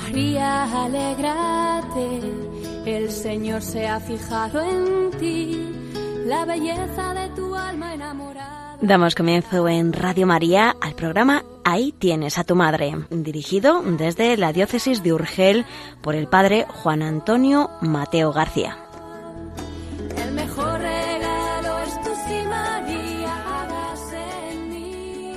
María, alégrate, el Señor se ha fijado en ti, la belleza de tu alma enamorada. Damos comienzo en Radio María al programa Ahí tienes a tu madre, dirigido desde la diócesis de Urgel por el padre Juan Antonio Mateo García. El mejor regalo es tú si María hagas en mí.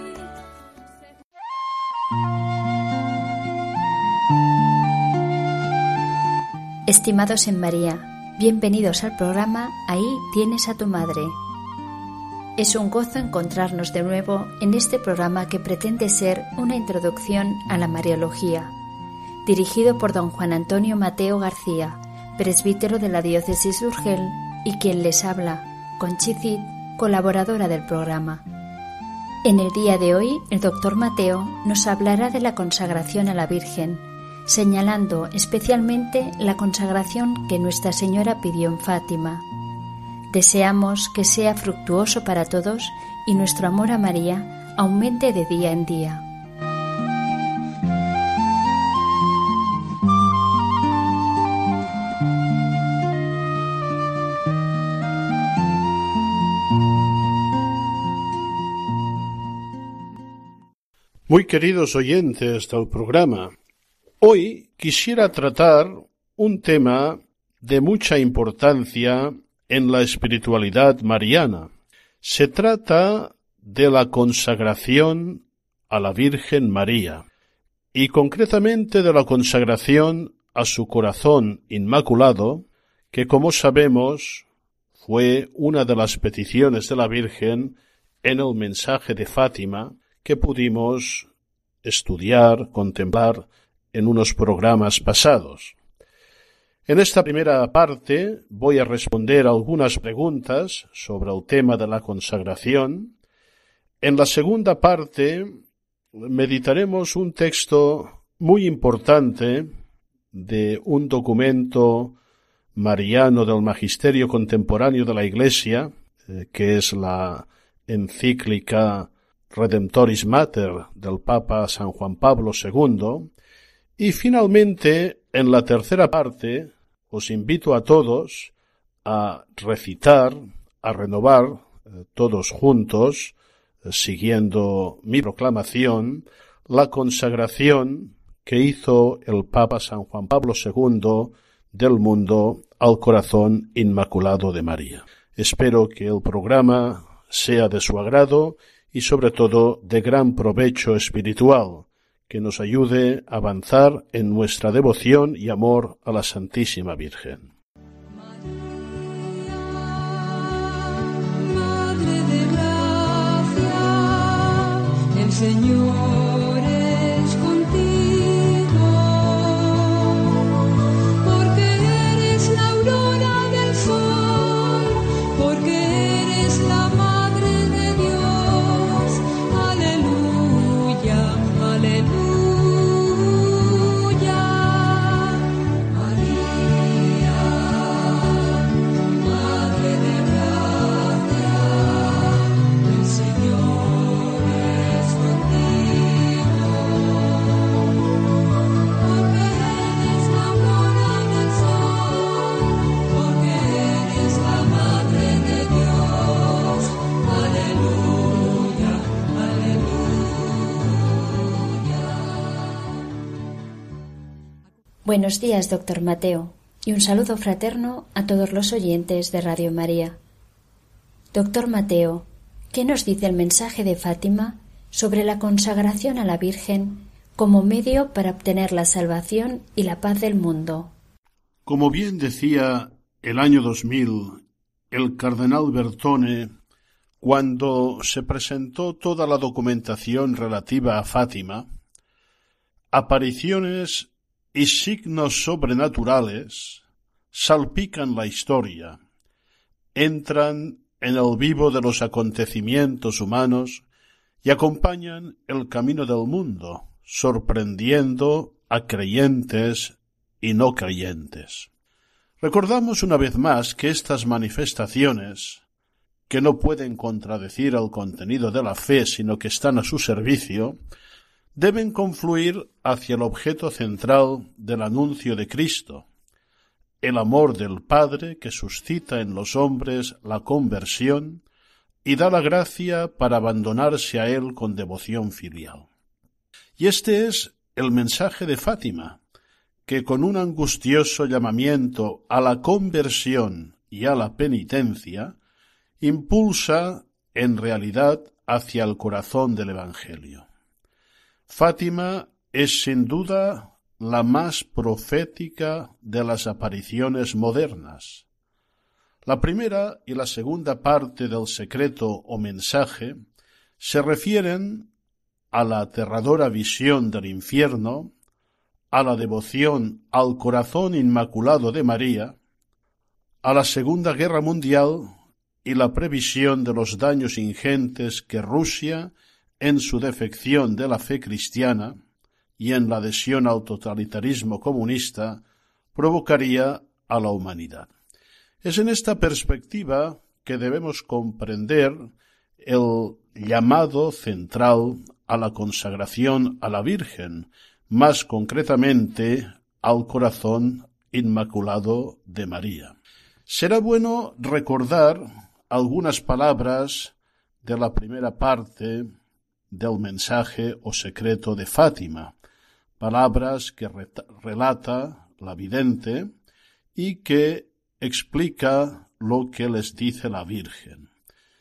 Estimados en María, bienvenidos al programa Ahí tienes a tu madre. Es un gozo encontrarnos de nuevo en este programa que pretende ser una introducción a la Mariología, dirigido por don Juan Antonio Mateo García, presbítero de la diócesis de Urgel, y quien les habla, Conchi Cid, colaboradora del programa. En el día de hoy, el doctor Mateo nos hablará de la consagración a la Virgen, señalando especialmente la consagración que Nuestra Señora pidió en Fátima. Deseamos que sea fructuoso para todos y nuestro amor a María aumente de día en día. Muy queridos oyentes del programa, hoy quisiera tratar un tema de mucha importancia en la espiritualidad mariana. Se trata de la consagración a la Virgen María y concretamente de la consagración a su corazón inmaculado, que como sabemos fue una de las peticiones de la Virgen en el mensaje de Fátima que pudimos estudiar, contemplar en unos programas pasados. En esta primera parte voy a responder algunas preguntas sobre el tema de la consagración. En la segunda parte meditaremos un texto muy importante de un documento mariano del Magisterio Contemporáneo de la Iglesia, que es la encíclica Redemptoris Mater del Papa San Juan Pablo II. Y finalmente, en la tercera parte, os invito a todos a recitar, a renovar, todos juntos, siguiendo mi proclamación, la consagración que hizo el Papa San Juan Pablo II del mundo al corazón inmaculado de María. Espero que el programa sea de su agrado y sobre todo de gran provecho espiritual, que nos ayude a avanzar en nuestra devoción y amor a la Santísima Virgen. Madre de gracia, el Señor es contigo, porque eres la aurora del sol, porque eres la Madre de Dios. Aleluya, aleluya. Buenos días, doctor Mateo, y un saludo fraterno a todos los oyentes de Radio María. Doctor Mateo, ¿qué nos dice el mensaje de Fátima sobre la consagración a la Virgen como medio para obtener la salvación y la paz del mundo? Como bien decía el año 2000 el cardenal Bertone, cuando se presentó toda la documentación relativa a Fátima, apariciones y signos sobrenaturales salpican la historia, entran en el vivo de los acontecimientos humanos y acompañan el camino del mundo, sorprendiendo a creyentes y no creyentes. Recordamos una vez más que estas manifestaciones, que no pueden contradecir el contenido de la fe, sino que están a su servicio, deben confluir hacia el objeto central del anuncio de Cristo, el amor del Padre que suscita en los hombres la conversión y da la gracia para abandonarse a Él con devoción filial. Y este es el mensaje de Fátima, que con un angustioso llamamiento a la conversión y a la penitencia, impulsa en realidad hacia el corazón del Evangelio. Fátima es sin duda la más profética de las apariciones modernas. La primera y la segunda parte del secreto o mensaje se refieren a la aterradora visión del infierno, a la devoción al corazón inmaculado de María, a la Segunda Guerra Mundial y la previsión de los daños ingentes que Rusia, en su defección de la fe cristiana y en la adhesión al totalitarismo comunista, provocaría a la humanidad. Es en esta perspectiva que debemos comprender el llamado central a la consagración a la Virgen, más concretamente al corazón inmaculado de María. Será bueno recordar algunas palabras de la primera parte del mensaje o secreto de Fátima, palabras que relata la vidente y que explica lo que les dice la Virgen.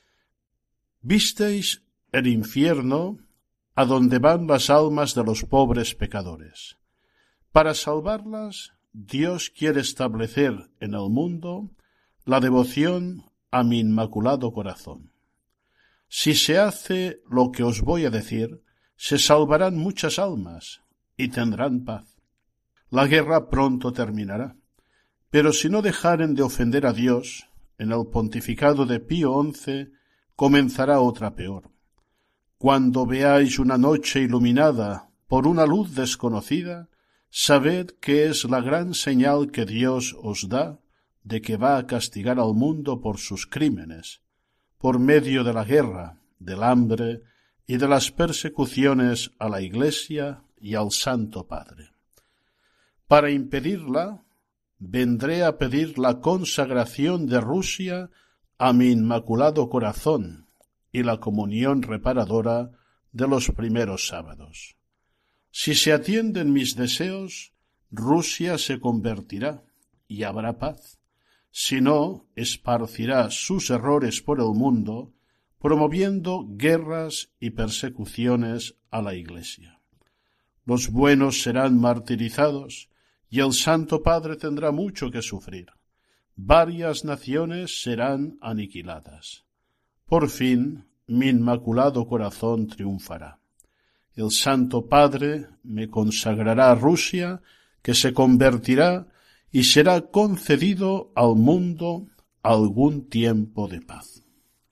Visteis el infierno a donde van las almas de los pobres pecadores. Para salvarlas, Dios quiere establecer en el mundo la devoción a mi inmaculado corazón. Si se hace lo que os voy a decir, se salvarán muchas almas y tendrán paz. La guerra pronto terminará, pero si no dejaren de ofender a Dios, en el pontificado de Pío XI comenzará otra peor. Cuando veáis una noche iluminada por una luz desconocida, sabed que es la gran señal que Dios os da de que va a castigar al mundo por sus crímenes, por medio de la guerra, del hambre y de las persecuciones a la Iglesia y al Santo Padre. Para impedirla, vendré a pedir la consagración de Rusia a mi inmaculado corazón y la comunión reparadora de los primeros sábados. Si se atienden mis deseos, Rusia se convertirá y habrá paz. Si no, esparcirá sus errores por el mundo, promoviendo guerras y persecuciones a la Iglesia. Los buenos serán martirizados y el Santo Padre tendrá mucho que sufrir. Varias naciones serán aniquiladas. Por fin, mi inmaculado corazón triunfará. El Santo Padre me consagrará a Rusia, que se convertirá y será concedido al mundo algún tiempo de paz.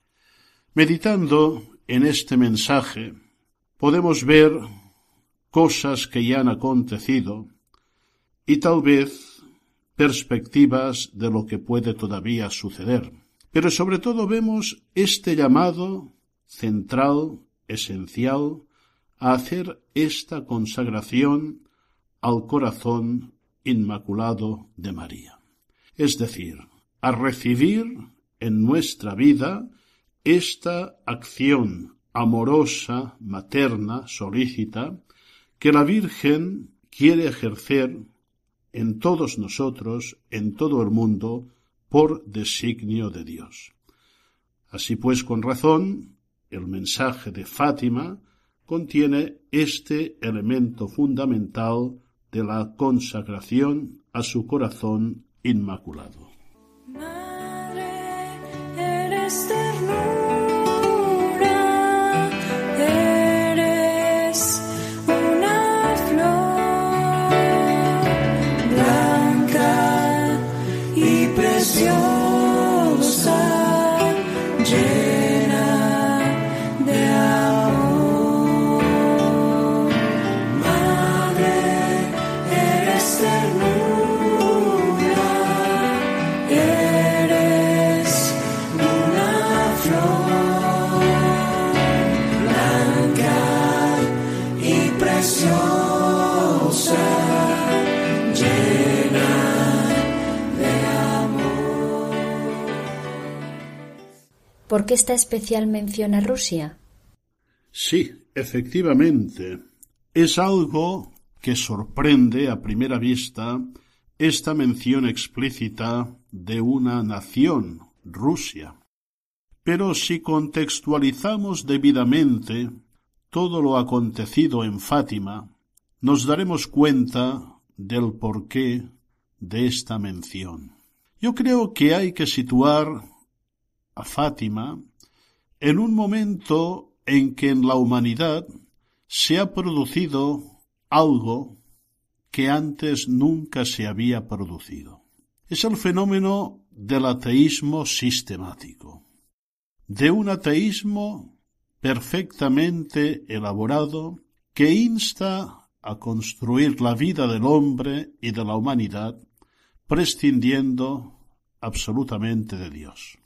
Meditando en este mensaje, podemos ver cosas que ya han acontecido y tal vez perspectivas de lo que puede todavía suceder. Pero sobre todo vemos este llamado central, esencial, a hacer esta consagración al corazón inmaculado de María. Es decir, a recibir en nuestra vida esta acción amorosa, materna, solícita, que la Virgen quiere ejercer en todos nosotros, en todo el mundo, por designio de Dios. Así pues, con razón, el mensaje de Fátima contiene este elemento fundamental de la consagración a su corazón inmaculado. Madre, eres ternura, eres una flor blanca y preciosa, llena de amor. Madre, eres ternura, eres una ¿Por qué esta especial mención a Rusia? Sí, efectivamente, es algo que sorprende a primera vista esta mención explícita de una nación, Rusia. Pero si contextualizamos debidamente todo lo acontecido en Fátima, nos daremos cuenta del porqué de esta mención. Yo creo que hay que situar a Fátima en un momento en que en la humanidad se ha producido algo que antes nunca se había producido. Es el fenómeno del ateísmo sistemático, de un ateísmo perfectamente elaborado que insta a construir la vida del hombre y de la humanidad prescindiendo absolutamente de Dios.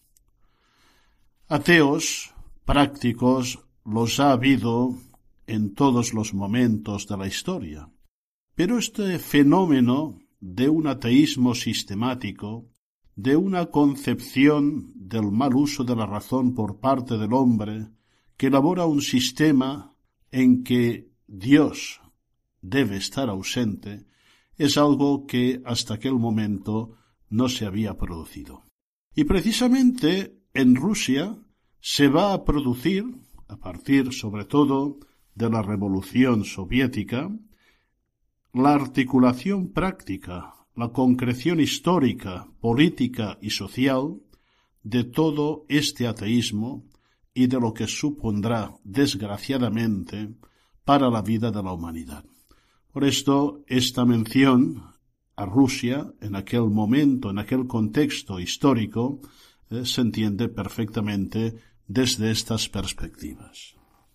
Ateos prácticos los ha habido en todos los momentos de la historia, pero este fenómeno de un ateísmo sistemático, de una concepción del mal uso de la razón por parte del hombre, que elabora un sistema en que Dios debe estar ausente, es algo que hasta aquel momento no se había producido. Y precisamente en Rusia se va a producir, a partir sobre todo de la Revolución Soviética, la articulación práctica, la concreción histórica, política y social de todo este ateísmo y de lo que supondrá, desgraciadamente, para la vida de la humanidad. Por esto, esta mención a Rusia, en aquel momento, en aquel contexto histórico, se entiende perfectamente desde estas perspectivas.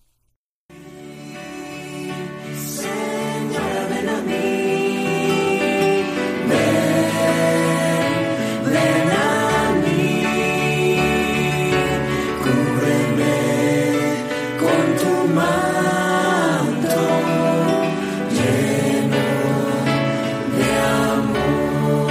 Señora, ven a mí. Ven a mí. Cúbreme con tu manto lleno de amor.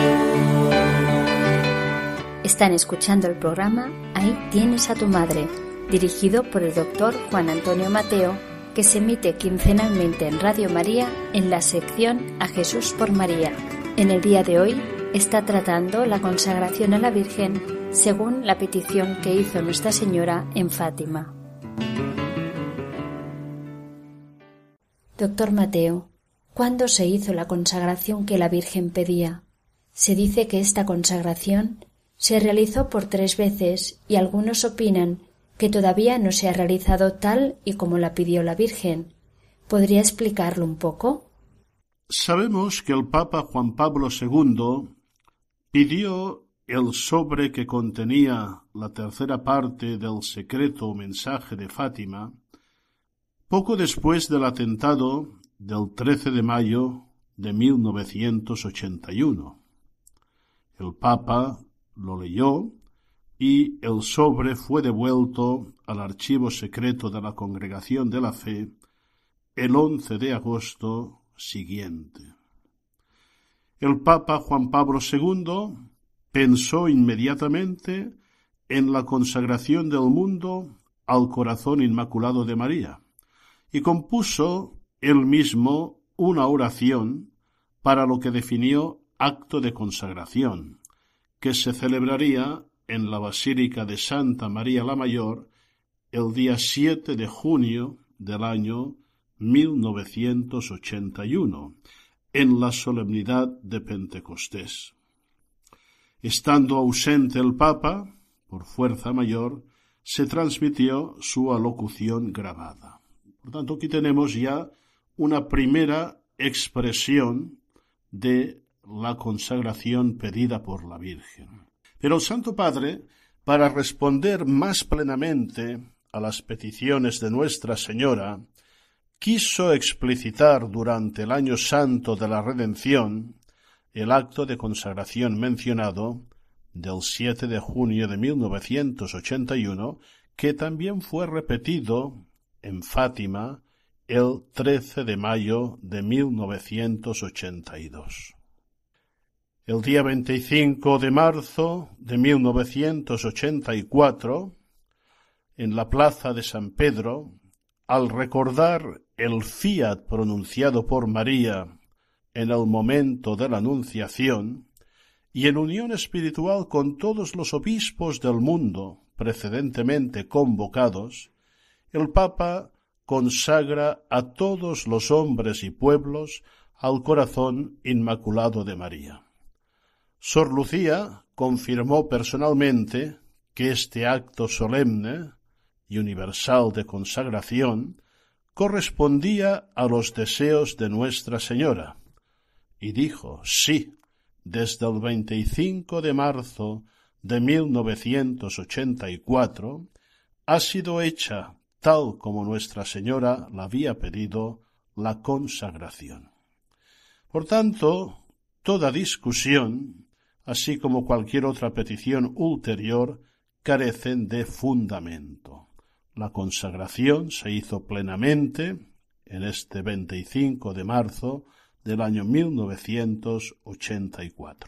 Están escuchando el programa Ahí tienes a tu madre, dirigido por el doctor Juan Antonio Mateo, que se emite quincenalmente en Radio María en la sección A Jesús por María. En el día de hoy está tratando la consagración a la Virgen según la petición que hizo Nuestra Señora en Fátima. Doctor Mateo, ¿cuándo se hizo la consagración que la Virgen pedía? Se dice que esta consagración se realizó por 3 veces y algunos opinan que todavía no se ha realizado tal y como la pidió la Virgen. ¿Podría explicarlo un poco? Sabemos que el Papa Juan Pablo II pidió el sobre que contenía la tercera parte del secreto mensaje de Fátima poco después del atentado del 13 de mayo de 1981. El Papa lo leyó y el sobre fue devuelto al archivo secreto de la Congregación de la Fe el 11 de agosto siguiente. El Papa Juan Pablo II pensó inmediatamente en la consagración del mundo al corazón inmaculado de María y compuso él mismo una oración para lo que definió acto de consagración, que se celebraría en la Basílica de Santa María la Mayor el día 7 de junio del año 1981, en la solemnidad de Pentecostés. Estando ausente el Papa, por fuerza mayor, se transmitió su alocución grabada. Por tanto, aquí tenemos ya una primera expresión de la consagración pedida por la Virgen. Pero el Santo Padre, para responder más plenamente a las peticiones de Nuestra Señora, quiso explicitar durante el Año Santo de la Redención el acto de consagración mencionado del 7 de junio de 1981, que también fue repetido en Fátima el 13 de mayo de 1982. El día 25 de marzo de 1984, en la plaza de San Pedro, al recordar el fiat pronunciado por María en el momento de la Anunciación, y en unión espiritual con todos los obispos del mundo precedentemente convocados, el Papa consagra a todos los hombres y pueblos al corazón inmaculado de María. Sor Lucía confirmó personalmente que este acto solemne y universal de consagración correspondía a los deseos de Nuestra Señora, y dijo: sí, desde el 25 de marzo de 1984 ha sido hecha, tal como Nuestra Señora la había pedido, la consagración. Por tanto, toda discusión, así como cualquier otra petición ulterior, carecen de fundamento. La consagración se hizo plenamente en este 25 de marzo del año 1984.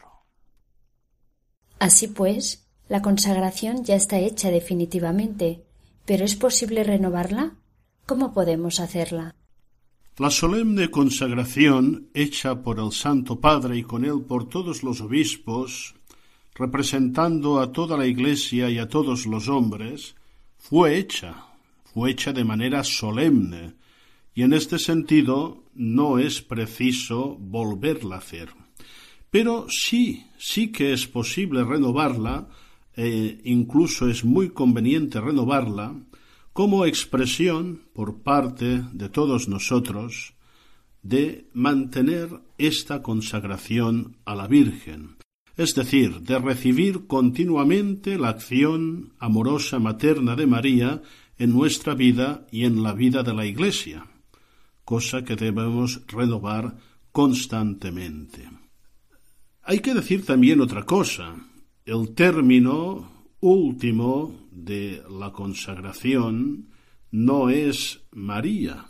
Así pues, la consagración ya está hecha definitivamente, ¿pero es posible renovarla? ¿Cómo podemos hacerla? La solemne consagración hecha por el Santo Padre y con él por todos los obispos, representando a toda la Iglesia y a todos los hombres, fue hecha de manera solemne, y en este sentido no es preciso volverla a hacer. Pero sí que es posible renovarla, incluso es muy conveniente renovarla, como expresión por parte de todos nosotros de mantener esta consagración a la Virgen, es decir, de recibir continuamente la acción amorosa materna de María en nuestra vida y en la vida de la Iglesia, cosa que debemos renovar constantemente. Hay que decir también otra cosa. El término último de la consagración no es María,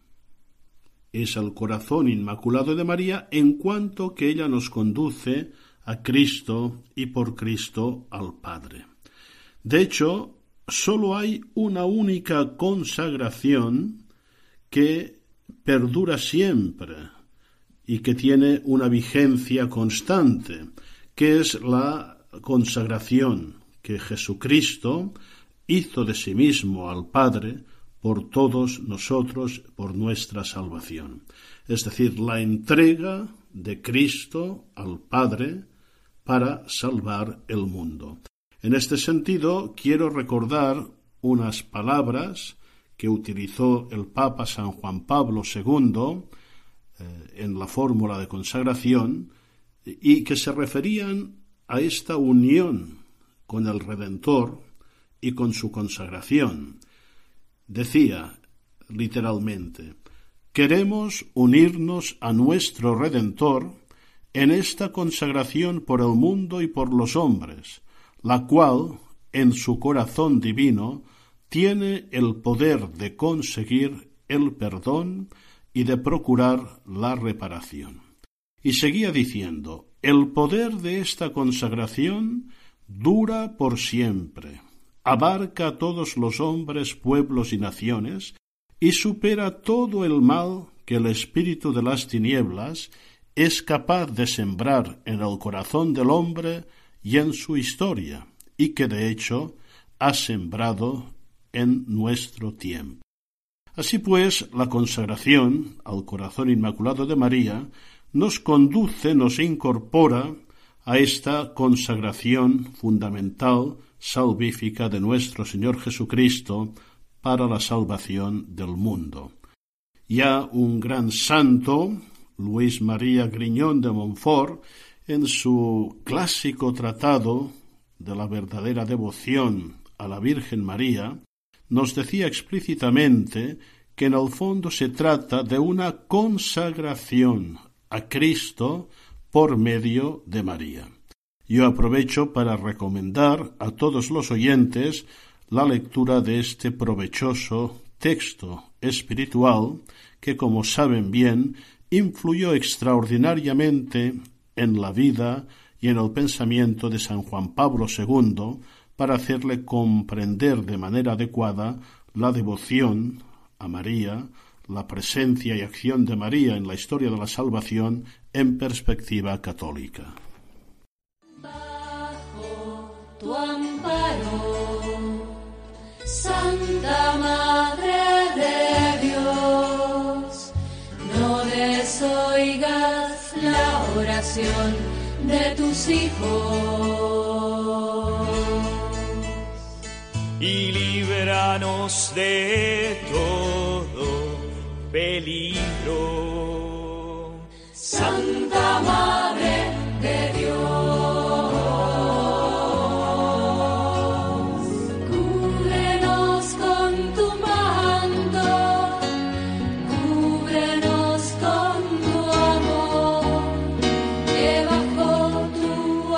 es el corazón inmaculado de María, en cuanto que ella nos conduce a Cristo y por Cristo al Padre. De hecho, sólo hay una única consagración que perdura siempre y que tiene una vigencia constante, que es la consagración que Jesucristo hizo de sí mismo al Padre por todos nosotros, por nuestra salvación. Es decir, la entrega de Cristo al Padre para salvar el mundo. En este sentido, quiero recordar unas palabras que utilizó el Papa San Juan Pablo II en la fórmula de consagración y que se referían a esta unión con el Redentor y con su consagración. Decía literalmente: queremos unirnos a nuestro Redentor en esta consagración por el mundo y por los hombres, la cual, en su corazón divino, tiene el poder de conseguir el perdón y de procurar la reparación. Y seguía diciendo: el poder de esta consagración dura por siempre, abarca a todos los hombres, pueblos y naciones, y supera todo el mal que el espíritu de las tinieblas es capaz de sembrar en el corazón del hombre y en su historia, y que de hecho ha sembrado en nuestro tiempo. Así pues, la consagración al corazón inmaculado de María nos conduce, nos incorpora a esta consagración fundamental, salvífica de nuestro Señor Jesucristo para la salvación del mundo. Ya un gran santo, Luis María Griñón de Montfort, en su clásico tratado de la verdadera devoción a la Virgen María, nos decía explícitamente que en el fondo se trata de una consagración a Cristo por medio de María. Yo aprovecho para recomendar a todos los oyentes la lectura de este provechoso texto espiritual que, como saben bien, influyó extraordinariamente en la vida y en el pensamiento de San Juan Pablo II para hacerle comprender de manera adecuada la devoción a María, la presencia y acción de María en la historia de la salvación en perspectiva católica. Bajo tu amparo, Santa Madre de Dios, no desoigas la oración de tus hijos. Y líbranos de todo peligro. Santa Madre de Dios, cúbrenos con tu manto, cúbrenos con tu amor, que bajo tu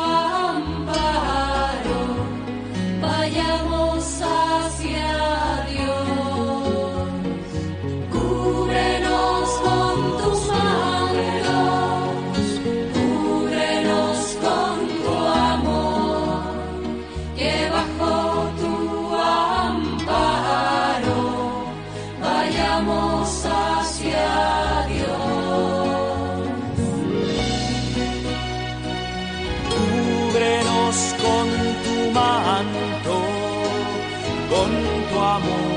amparo vayamos hacia Dios. Cúbrenos con tus mantos, cúbrenos con tu amor, que bajo tu amparo vayamos hacia Dios. Cúbrenos con tu manto, con tu amor.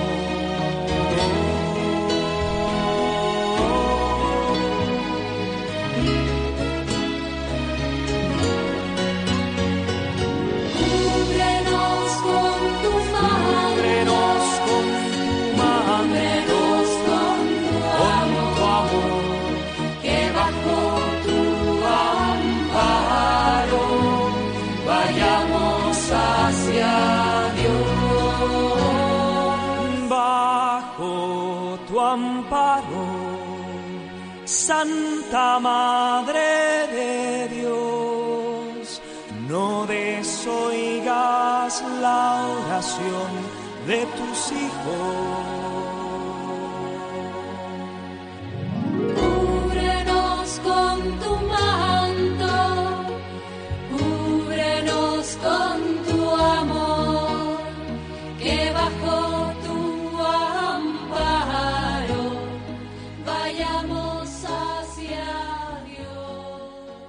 Cúbrenos con tu Cúbrenos con tu manto, con tu con tu amor. que bajo tu amparo vayamos hacia Dios. Bajo tu amparo, Santa Madre de Dios, no desoigas la oración de tus hijos. Cúbrenos con tu manto, cúbrenos con tu amor, que bajo tu amparo vayamos hacia Dios.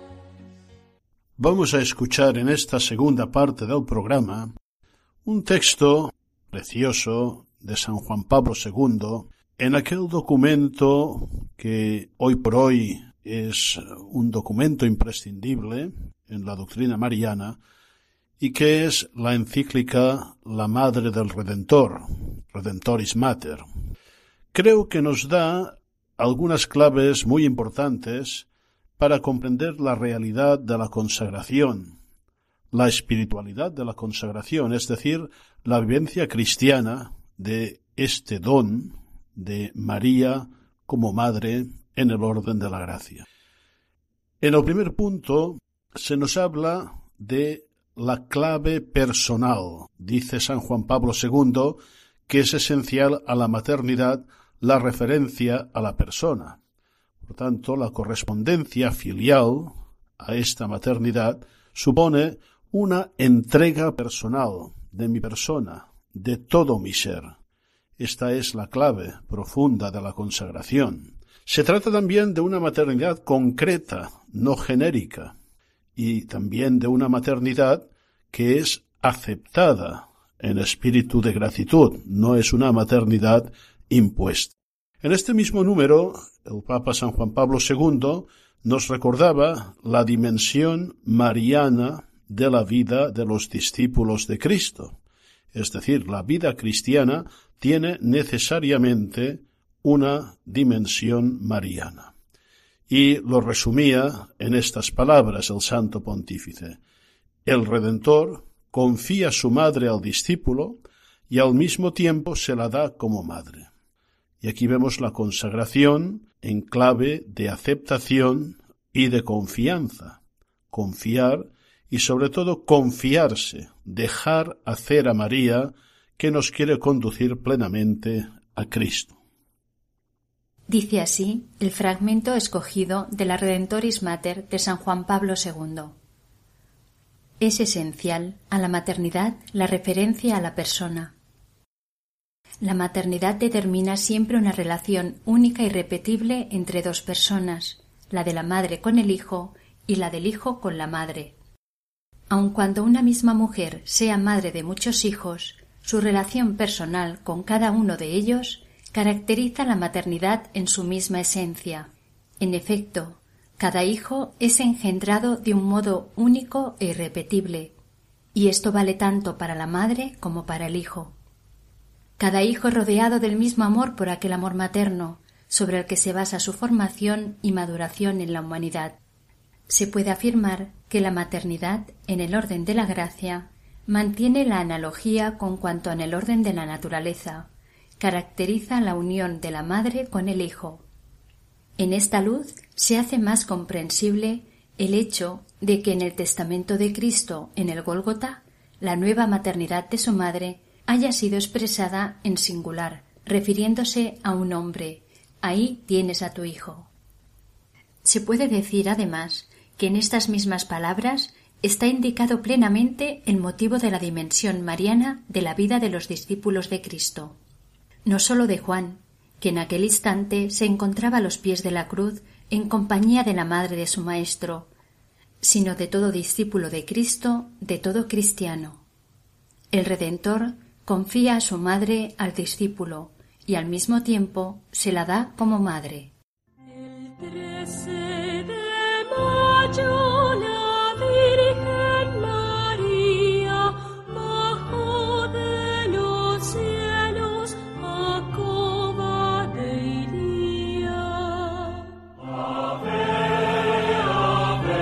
Vamos a escuchar en esta segunda parte del programa un texto precioso de San Juan Pablo II en aquel documento que hoy por hoy es un documento imprescindible en la doctrina mariana y que es la encíclica La Madre del Redentor, Redentoris Mater. Creo que nos da algunas claves muy importantes para comprender la realidad de la consagración, la espiritualidad de la consagración, es decir, la vivencia cristiana de este don de María como Madre en el orden de la gracia. En el primer punto se nos habla de la clave personal. Dice San Juan Pablo II que es esencial a la maternidad la referencia a la persona. Por tanto, la correspondencia filial a esta maternidad supone una entrega personal de mi persona, de todo mi ser. Esta es la clave profunda de la consagración. Se trata también de una maternidad concreta, no genérica, y también de una maternidad que es aceptada en espíritu de gratitud, no es una maternidad impuesta. En este mismo número, el Papa San Juan Pablo II nos recordaba la dimensión mariana de la vida de los discípulos de Cristo. Es decir, la vida cristiana tiene necesariamente una dimensión mariana. Y lo resumía en estas palabras el Santo Pontífice. El Redentor confía su madre al discípulo y al mismo tiempo se la da como madre. Y aquí vemos la consagración en clave de aceptación y de confianza. Confiar y sobre todo confiarse, dejar hacer a María que nos quiere conducir plenamente a Cristo. Dice así el fragmento escogido de la Redemptoris Mater de San Juan Pablo II. Es esencial a la maternidad la referencia a la persona. La maternidad determina siempre una relación única y irrepetible entre dos personas, la de la madre con el hijo y la del hijo con la madre. Aun cuando una misma mujer sea madre de muchos hijos, su relación personal con cada uno de ellos caracteriza la maternidad en su misma esencia. En efecto, cada hijo es engendrado de un modo único e irrepetible, y esto vale tanto para la madre como para el hijo. Cada hijo es rodeado del mismo amor por aquel amor materno, sobre el que se basa su formación y maduración en la humanidad. Se puede afirmar que la maternidad, en el orden de la gracia, mantiene la analogía con cuanto en el orden de la naturaleza caracteriza la unión de la madre con el hijo. En esta luz se hace más comprensible el hecho de que en el testamento de Cristo en el Gólgota la nueva maternidad de su madre haya sido expresada en singular, refiriéndose a un hombre: ahí tienes a tu hijo. Se puede decir, además, que en estas mismas palabras está indicado plenamente el motivo de la dimensión mariana de la vida de los discípulos de Cristo. No sólo de Juan, que en aquel instante se encontraba a los pies de la cruz en compañía de la madre de su Maestro, sino de todo discípulo de Cristo, de todo cristiano. El Redentor confía a su madre al discípulo y al mismo tiempo se la da como madre. El 13 de mayo la Virgen María bajó de los cielos a Cova de Iría. Ave, ave,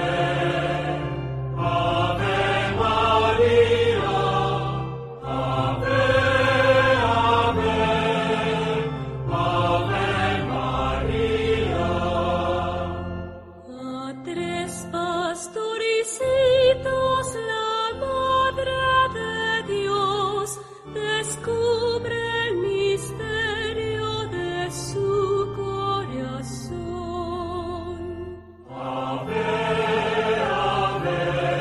ave María, ave, ave, ave María. A tres pastorcitos la Madre de Dios descubre el misterio de su corazón. Ave, ave,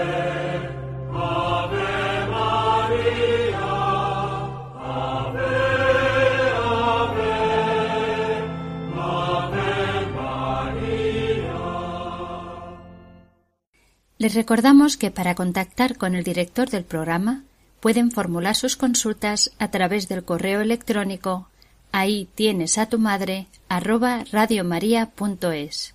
ave María, ave, ave, ave María. Les recordamos que para contactar con el director del programa pueden formular sus consultas a través del correo electrónico ahí tienes a tu madre @radiomaria.es.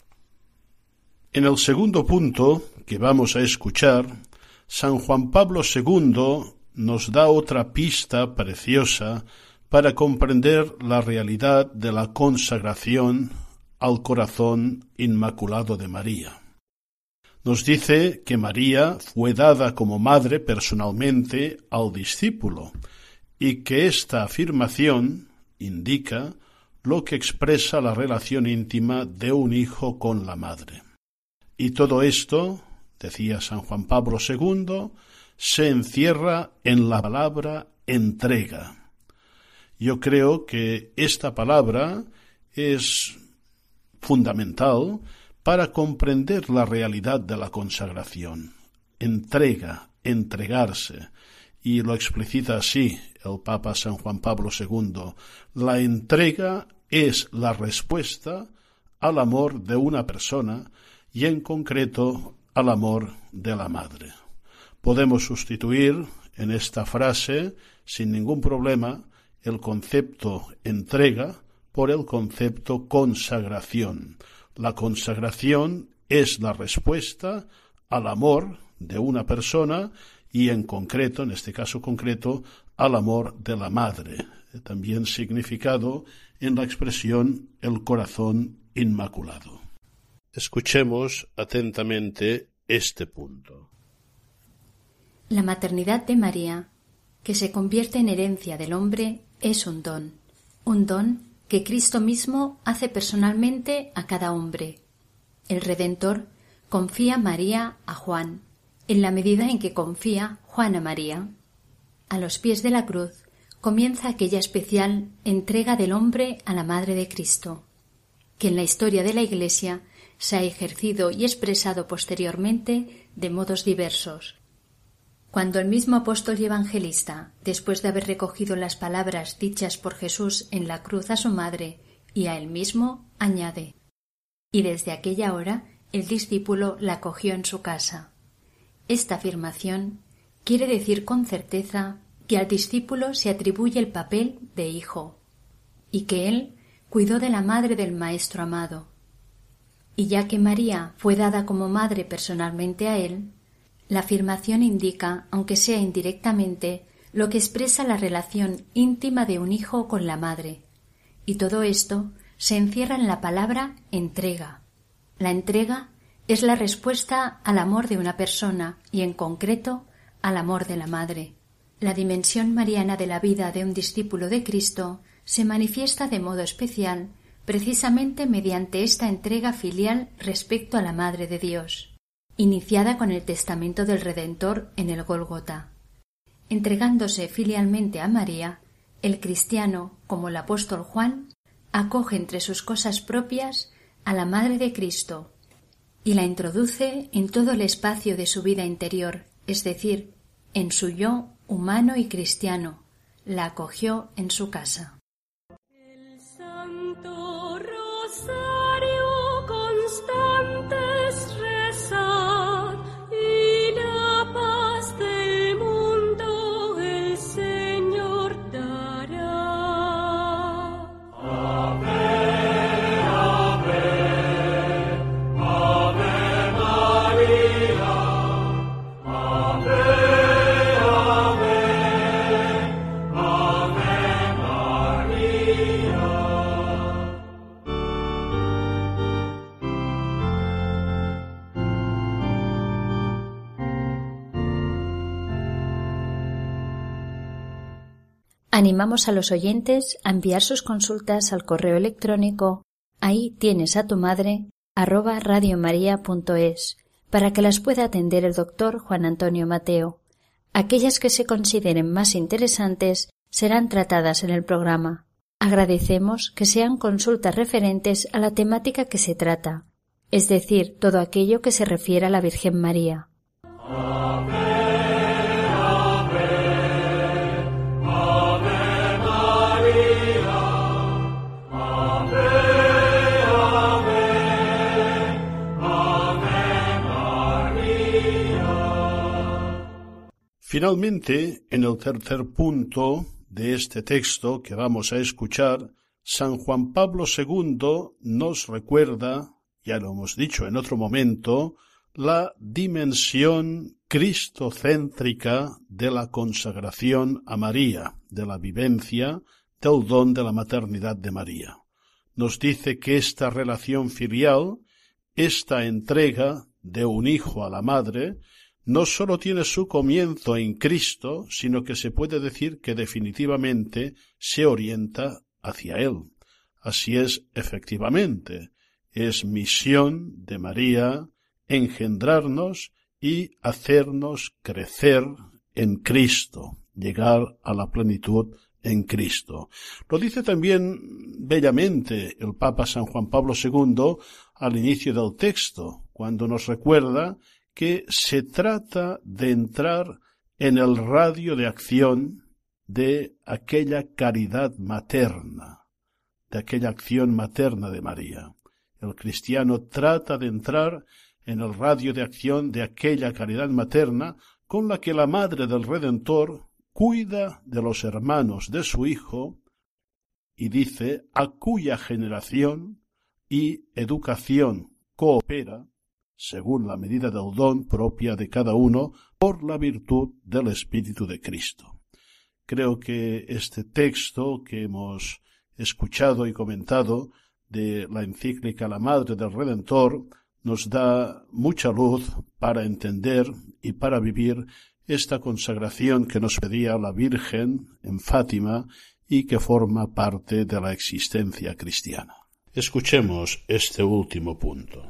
En el segundo punto que vamos a escuchar, San Juan Pablo II nos da otra pista preciosa para comprender la realidad de la consagración al corazón inmaculado de María. Nos dice que María fue dada como madre personalmente al discípulo y que esta afirmación indica lo que expresa la relación íntima de un hijo con la madre. Y todo esto, decía San Juan Pablo II, se encierra en la palabra entrega. Yo creo que esta palabra es fundamental para comprender la realidad de la consagración. Entrega, entregarse. Y lo explicita así el Papa San Juan Pablo II. La entrega es la respuesta al amor de una persona y en concreto al amor de la madre. Podemos sustituir en esta frase sin ningún problema el concepto entrega por el concepto consagración. La consagración es la respuesta al amor de una persona y en concreto, en este caso concreto, al amor de la madre, también significado en la expresión el corazón inmaculado. Escuchemos atentamente este punto. La maternidad de María, que se convierte en herencia del hombre, es un don que Cristo mismo hace personalmente a cada hombre. El Redentor confía María a Juan, en la medida en que confía Juan a María. A los pies de la cruz comienza aquella especial entrega del hombre a la Madre de Cristo. que en la historia de la Iglesia se ha ejercido y expresado posteriormente de modos diversos. Cuando el mismo apóstol y evangelista, después de haber recogido las palabras dichas por Jesús en la cruz a su madre y a él mismo, añade: y desde aquella hora el discípulo la acogió en su casa. Esta afirmación quiere decir con certeza que al discípulo se atribuye el papel de hijo y que él cuidó de la madre del Maestro amado. Y ya que María fue dada como madre personalmente a él, la afirmación indica, aunque sea indirectamente, lo que expresa la relación íntima de un hijo con la madre. Y todo esto se encierra en la palabra entrega. La entrega es la respuesta al amor de una persona y, en concreto, al amor de la madre. La dimensión mariana de la vida de un discípulo de Cristo se manifiesta de modo especial precisamente mediante esta entrega filial respecto a la Madre de Dios, iniciada con el testamento del Redentor en el Gólgota. Entregándose filialmente a María, el cristiano, como el apóstol Juan, acoge entre sus cosas propias a la Madre de Cristo y la introduce en todo el espacio de su vida interior, es decir, en su yo humano y cristiano, la acogió en su casa. El Santo Rosario constante es rezar, y la paz del mundo el Señor dará. Ave, ave, ave María, ave, ave, ave María. Animamos a los oyentes a enviar sus consultas al correo electrónico ahítienesatumadre@radiomaria.es para que las pueda atender el doctor Juan Antonio Mateo. Aquellas que se consideren más interesantes serán tratadas en el programa. Agradecemos que sean consultas referentes a la temática que se trata, es decir, todo aquello que se refiere a la Virgen María. Finalmente, en el tercer punto de este texto que vamos a escuchar, San Juan Pablo II nos recuerda, ya lo hemos dicho en otro momento, la dimensión cristocéntrica de la consagración a María, de la vivencia del don de la maternidad de María. Nos dice que esta relación filial, esta entrega de un hijo a la madre, no sólo tiene su comienzo en Cristo, sino que se puede decir que definitivamente se orienta hacia Él. Así es, efectivamente. Es misión de María engendrarnos y hacernos crecer en Cristo, llegar a la plenitud en Cristo. Lo dice también bellamente el Papa San Juan Pablo II al inicio del texto, cuando nos recuerda que se trata de entrar en el radio de acción de aquella caridad materna, de aquella acción materna de María. El cristiano trata de entrar en el radio de acción de aquella caridad materna con la que la Madre del Redentor cuida de los hermanos de su Hijo y dice a cuya generación y educación coopera, según la medida del don propia de cada uno, por la virtud del Espíritu de Cristo. Creo que este texto que hemos escuchado y comentado de la encíclica La Madre del Redentor nos da mucha luz para entender y para vivir esta consagración que nos pedía la Virgen en Fátima y que forma parte de la existencia cristiana. Escuchemos este último punto.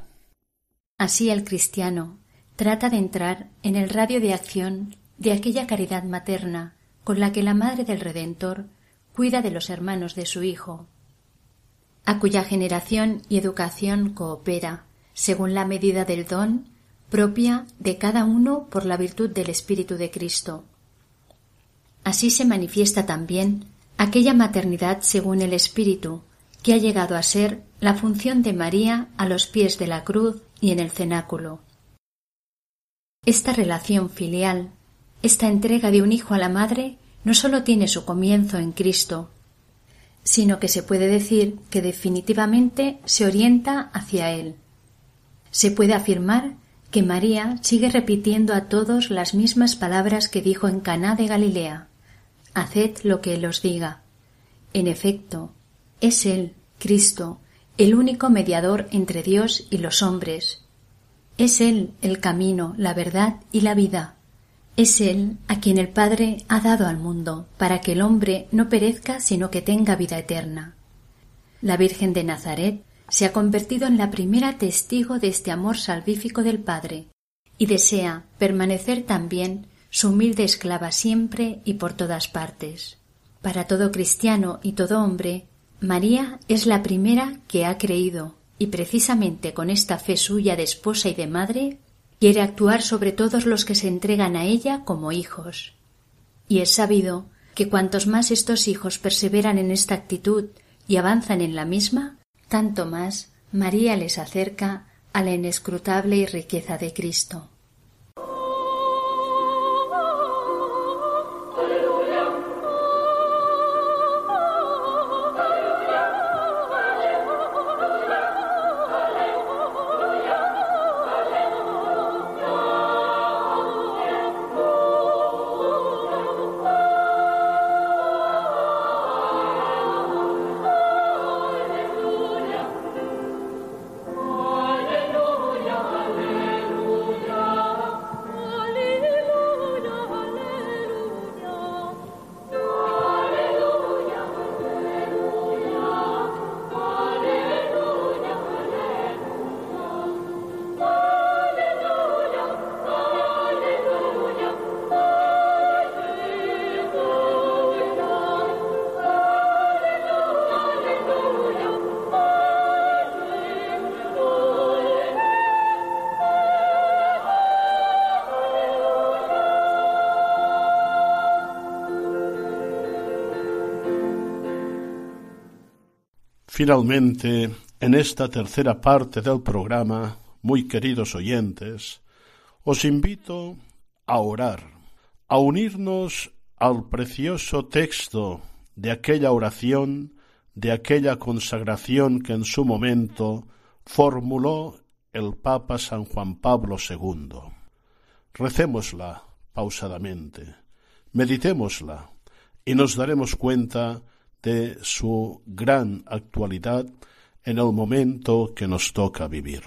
Así el cristiano trata de entrar en el radio de acción de aquella caridad materna con la que la Madre del Redentor cuida de los hermanos de su Hijo. a cuya generación y educación coopera, según la medida del don, propia de cada uno por la virtud del Espíritu de Cristo. Así se manifiesta también aquella maternidad según el Espíritu, que ha llegado a ser la función de María a los pies de la cruz y en el cenáculo. Esta relación filial, esta entrega de un hijo a la madre, no sólo tiene su comienzo en Cristo, sino que se puede decir que definitivamente se orienta hacia Él. Se puede afirmar que María sigue repitiendo a todos las mismas palabras que dijo en Caná de Galilea: «Haced lo que Él os diga». En efecto, es Él, Cristo, el único mediador entre Dios y los hombres. Es Él el camino, la verdad y la vida. Es Él a quien el Padre ha dado al mundo, para que el hombre no perezca, sino que tenga vida eterna. La Virgen de Nazaret se ha convertido en la primera testigo de este amor salvífico del Padre, y desea permanecer también su humilde esclava siempre y por todas partes. Para todo cristiano y todo hombre, María es la primera que ha creído, y precisamente con esta fe suya de esposa y de madre, quiere actuar sobre todos los que se entregan a ella como hijos. Y es sabido que cuantos más estos hijos perseveran en esta actitud y avanzan en la misma, tanto más María les acerca a la inescrutable riqueza de Cristo. Finalmente, en esta tercera parte del programa, muy queridos oyentes, os invito a orar, a unirnos al precioso texto de aquella oración, de aquella consagración que en su momento formuló el Papa San Juan Pablo II. Recémosla pausadamente, meditémosla y nos daremos cuenta de su gran actualidad en el momento que nos toca vivir.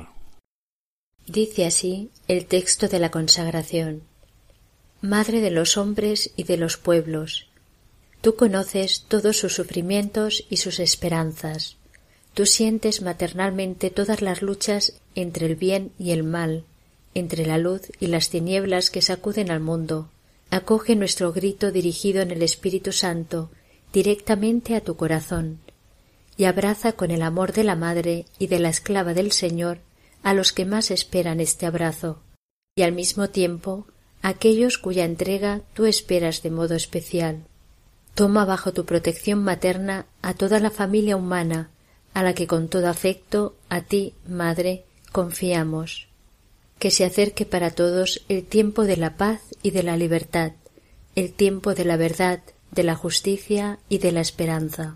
Dice así el texto de la consagración: Madre de los hombres y de los pueblos, tú conoces todos sus sufrimientos y sus esperanzas, tú sientes maternalmente todas las luchas entre el bien y el mal, entre la luz y las tinieblas que sacuden al mundo. Acoge nuestro grito dirigido en el Espíritu Santo directamente a tu corazón, y abraza con el amor de la Madre y de la esclava del Señor a los que más esperan este abrazo, y al mismo tiempo a aquellos cuya entrega tú esperas de modo especial. Toma bajo tu protección materna a toda la familia humana, a la que con todo afecto, a ti, Madre, confiamos. Que se acerque para todos el tiempo de la paz y de la libertad, el tiempo de la verdad, de la justicia y de la esperanza.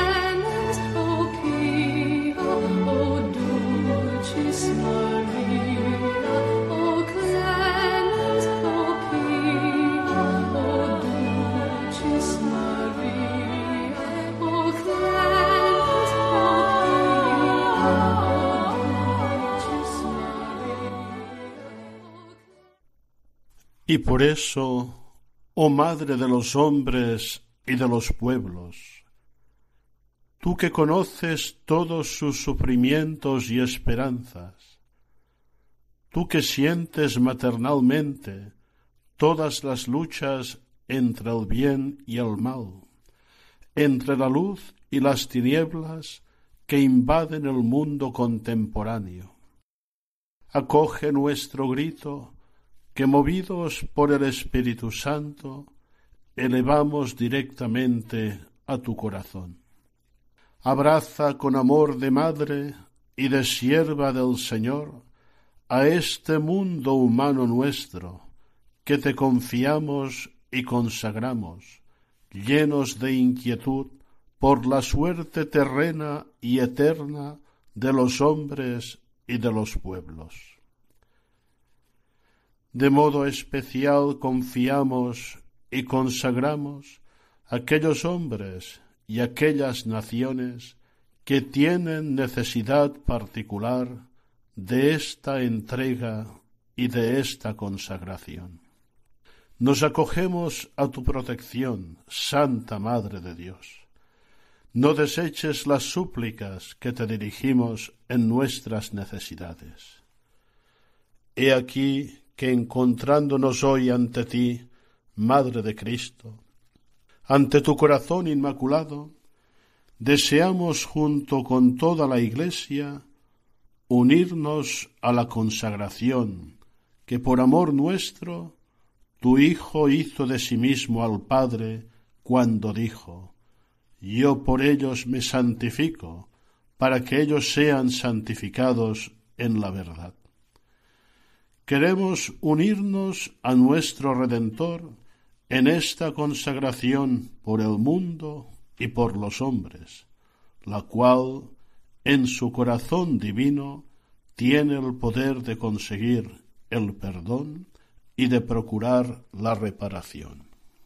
Maria, Y por eso, oh Madre de los hombres y de los pueblos, tú que conoces todos sus sufrimientos y esperanzas, tú que sientes maternalmente todas las luchas entre el bien y el mal, entre la luz y las tinieblas que invaden el mundo contemporáneo. Acoge nuestro grito que, movidos por el Espíritu Santo, elevamos directamente a tu corazón. Abraza con amor de madre y de sierva del Señor a este mundo humano nuestro, que te confiamos y consagramos, llenos de inquietud por la suerte terrena y eterna de los hombres y de los pueblos. De modo especial confiamos y consagramos a aquellos hombres y aquellas naciones que tienen necesidad particular de esta entrega y de esta consagración. Nos acogemos a tu protección, Santa Madre de Dios. No deseches las súplicas que te dirigimos en nuestras necesidades. He aquí que, encontrándonos hoy ante ti, Madre de Cristo, ante tu corazón inmaculado, deseamos junto con toda la Iglesia unirnos a la consagración que por amor nuestro tu Hijo hizo de sí mismo al Padre cuando dijo: yo por ellos me santifico, para que ellos sean santificados en la verdad. Queremos unirnos a nuestro Redentor en esta consagración por el mundo y por los hombres, la cual, en su corazón divino, tiene el poder de conseguir el perdón y de procurar la reparación.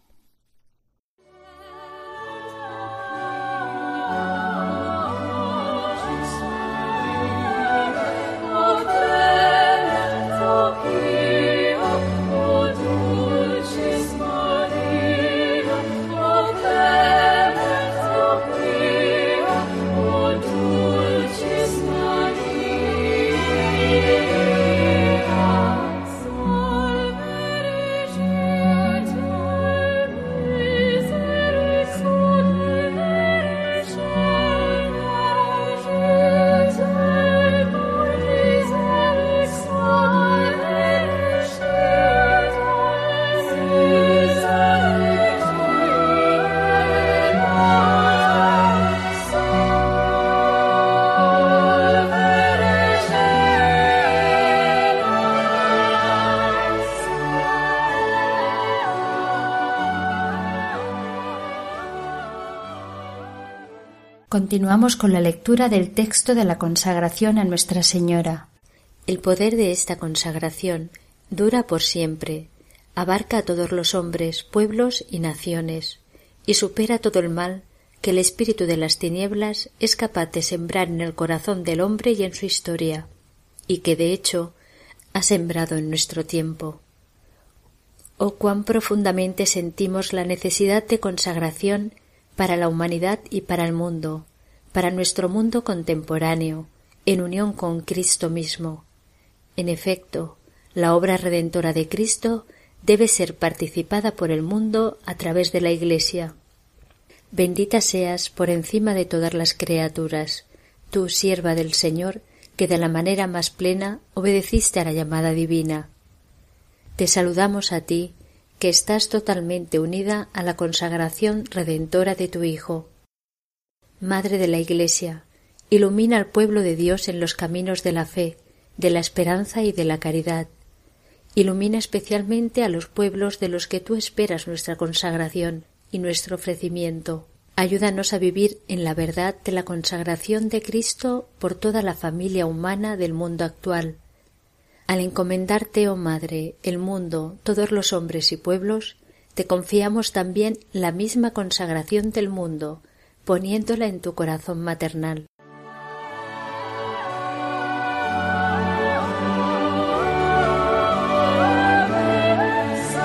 Continuamos con la lectura del texto de la consagración a Nuestra Señora. El poder de esta consagración dura por siempre, abarca a todos los hombres, pueblos y naciones, y supera todo el mal que el espíritu de las tinieblas es capaz de sembrar en el corazón del hombre y en su historia, y que de hecho ha sembrado en nuestro tiempo. Oh, cuán profundamente sentimos la necesidad de consagración para la humanidad y para el mundo, para nuestro mundo contemporáneo, en unión con Cristo mismo. En efecto, la obra redentora de Cristo debe ser participada por el mundo a través de la Iglesia. Bendita seas por encima de todas las criaturas, tú, sierva del Señor, que de la manera más plena obedeciste a la llamada divina. Te saludamos a ti, que estás totalmente unida a la consagración redentora de tu Hijo. Madre de la Iglesia, ilumina al pueblo de Dios en los caminos de la fe, de la esperanza y de la caridad. Ilumina especialmente a los pueblos de los que tú esperas nuestra consagración y nuestro ofrecimiento. Ayúdanos a vivir en la verdad de la consagración de Cristo por toda la familia humana del mundo actual. Al encomendarte, oh Madre, el mundo, todos los hombres y pueblos, te confiamos también la misma consagración del mundo, poniéndola en tu corazón maternal. Salve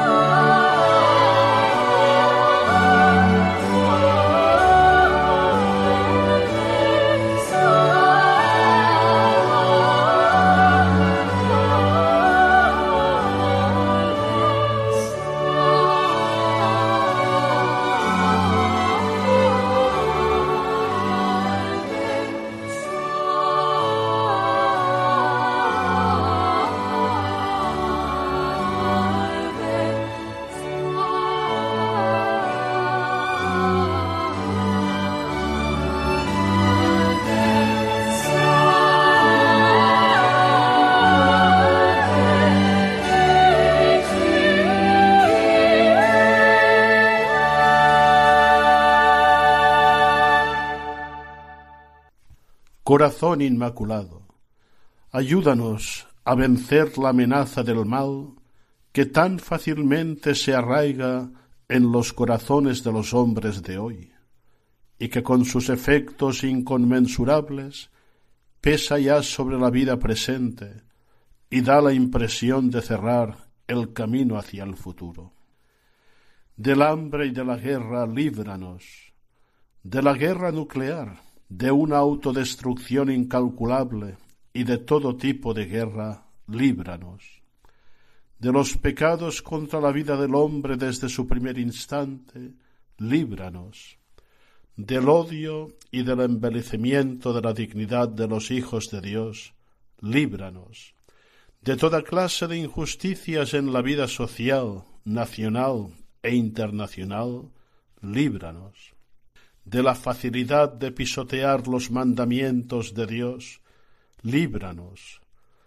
Corazón Inmaculado, ayúdanos a vencer la amenaza del mal que tan fácilmente se arraiga en los corazones de los hombres de hoy, y que con sus efectos inconmensurables pesa ya sobre la vida presente y da la impresión de cerrar el camino hacia el futuro. Del hambre y de la guerra líbranos, de la guerra nuclear, de una autodestrucción incalculable y de todo tipo de guerra, líbranos. De los pecados contra la vida del hombre desde su primer instante, líbranos. Del odio y del envilecimiento de la dignidad de los hijos de Dios, líbranos. De toda clase de injusticias en la vida social, nacional e internacional, líbranos. De la facilidad de pisotear los mandamientos de Dios, líbranos.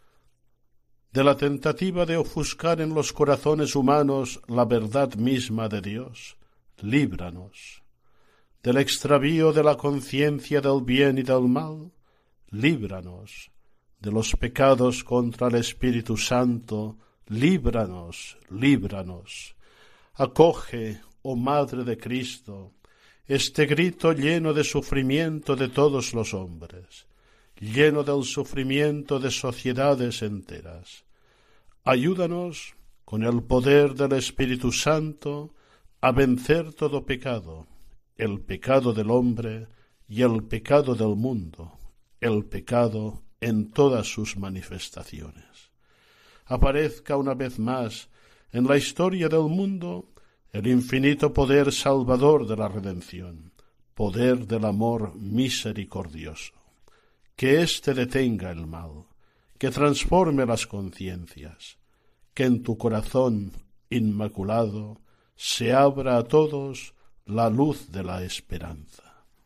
De la tentativa de ofuscar en los corazones humanos la verdad misma de Dios, líbranos. Del extravío de la conciencia del bien y del mal, líbranos. De los pecados contra el Espíritu Santo, líbranos, líbranos. Acoge, oh Madre de Cristo, este grito lleno de sufrimiento de todos los hombres, lleno del sufrimiento de sociedades enteras. Ayúdanos, con el poder del Espíritu Santo, a vencer todo pecado, el pecado del hombre y el pecado del mundo, el pecado en todas sus manifestaciones. Aparezca una vez más en la historia del mundo el infinito poder salvador de la redención, poder del amor misericordioso. Que éste detenga el mal, que transforme las conciencias, que en tu corazón inmaculado se abra a todos la luz de la esperanza.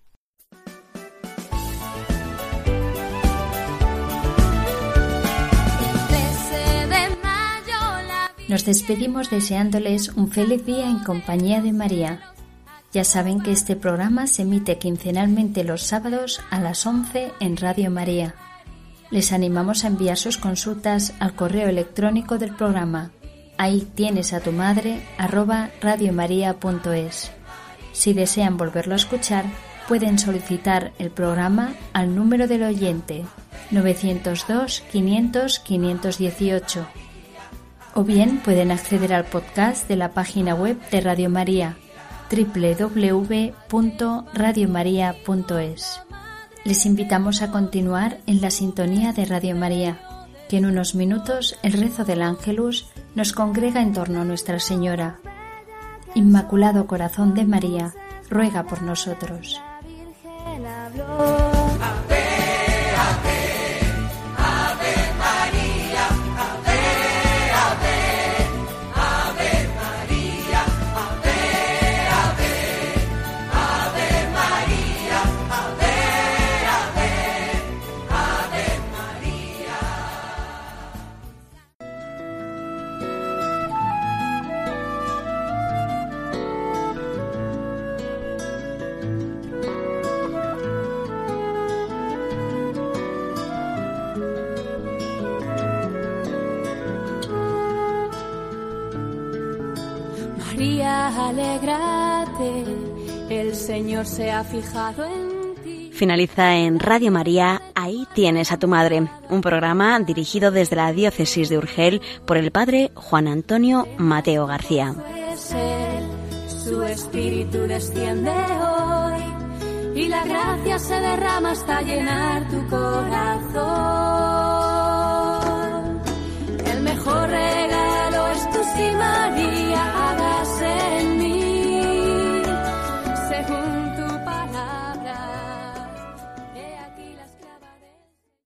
Nos despedimos deseándoles un feliz día en compañía de María. Ya saben que este programa se emite quincenalmente los sábados a las 11 en Radio María. Les animamos a enviar sus consultas al correo electrónico del programa ahítienesatumadre@radiomaria.es. Si desean volverlo a escuchar, pueden solicitar el programa al número del oyente 902 500 518. O bien pueden acceder al podcast de la página web de Radio María, www.radiomaria.es. Les invitamos a continuar en la sintonía de Radio María, que en unos minutos el rezo del Ángelus nos congrega en torno a Nuestra Señora. Inmaculado Corazón de María, ruega por nosotros. María, alégrate, el Señor se ha fijado en ti. Finaliza en Radio María, Ahí tienes a tu madre, un programa dirigido desde la diócesis de Urgel por el padre Juan Antonio Mateo García. Su espíritu desciende hoy y la gracia se derrama hasta llenar tu corazón. El mejor rey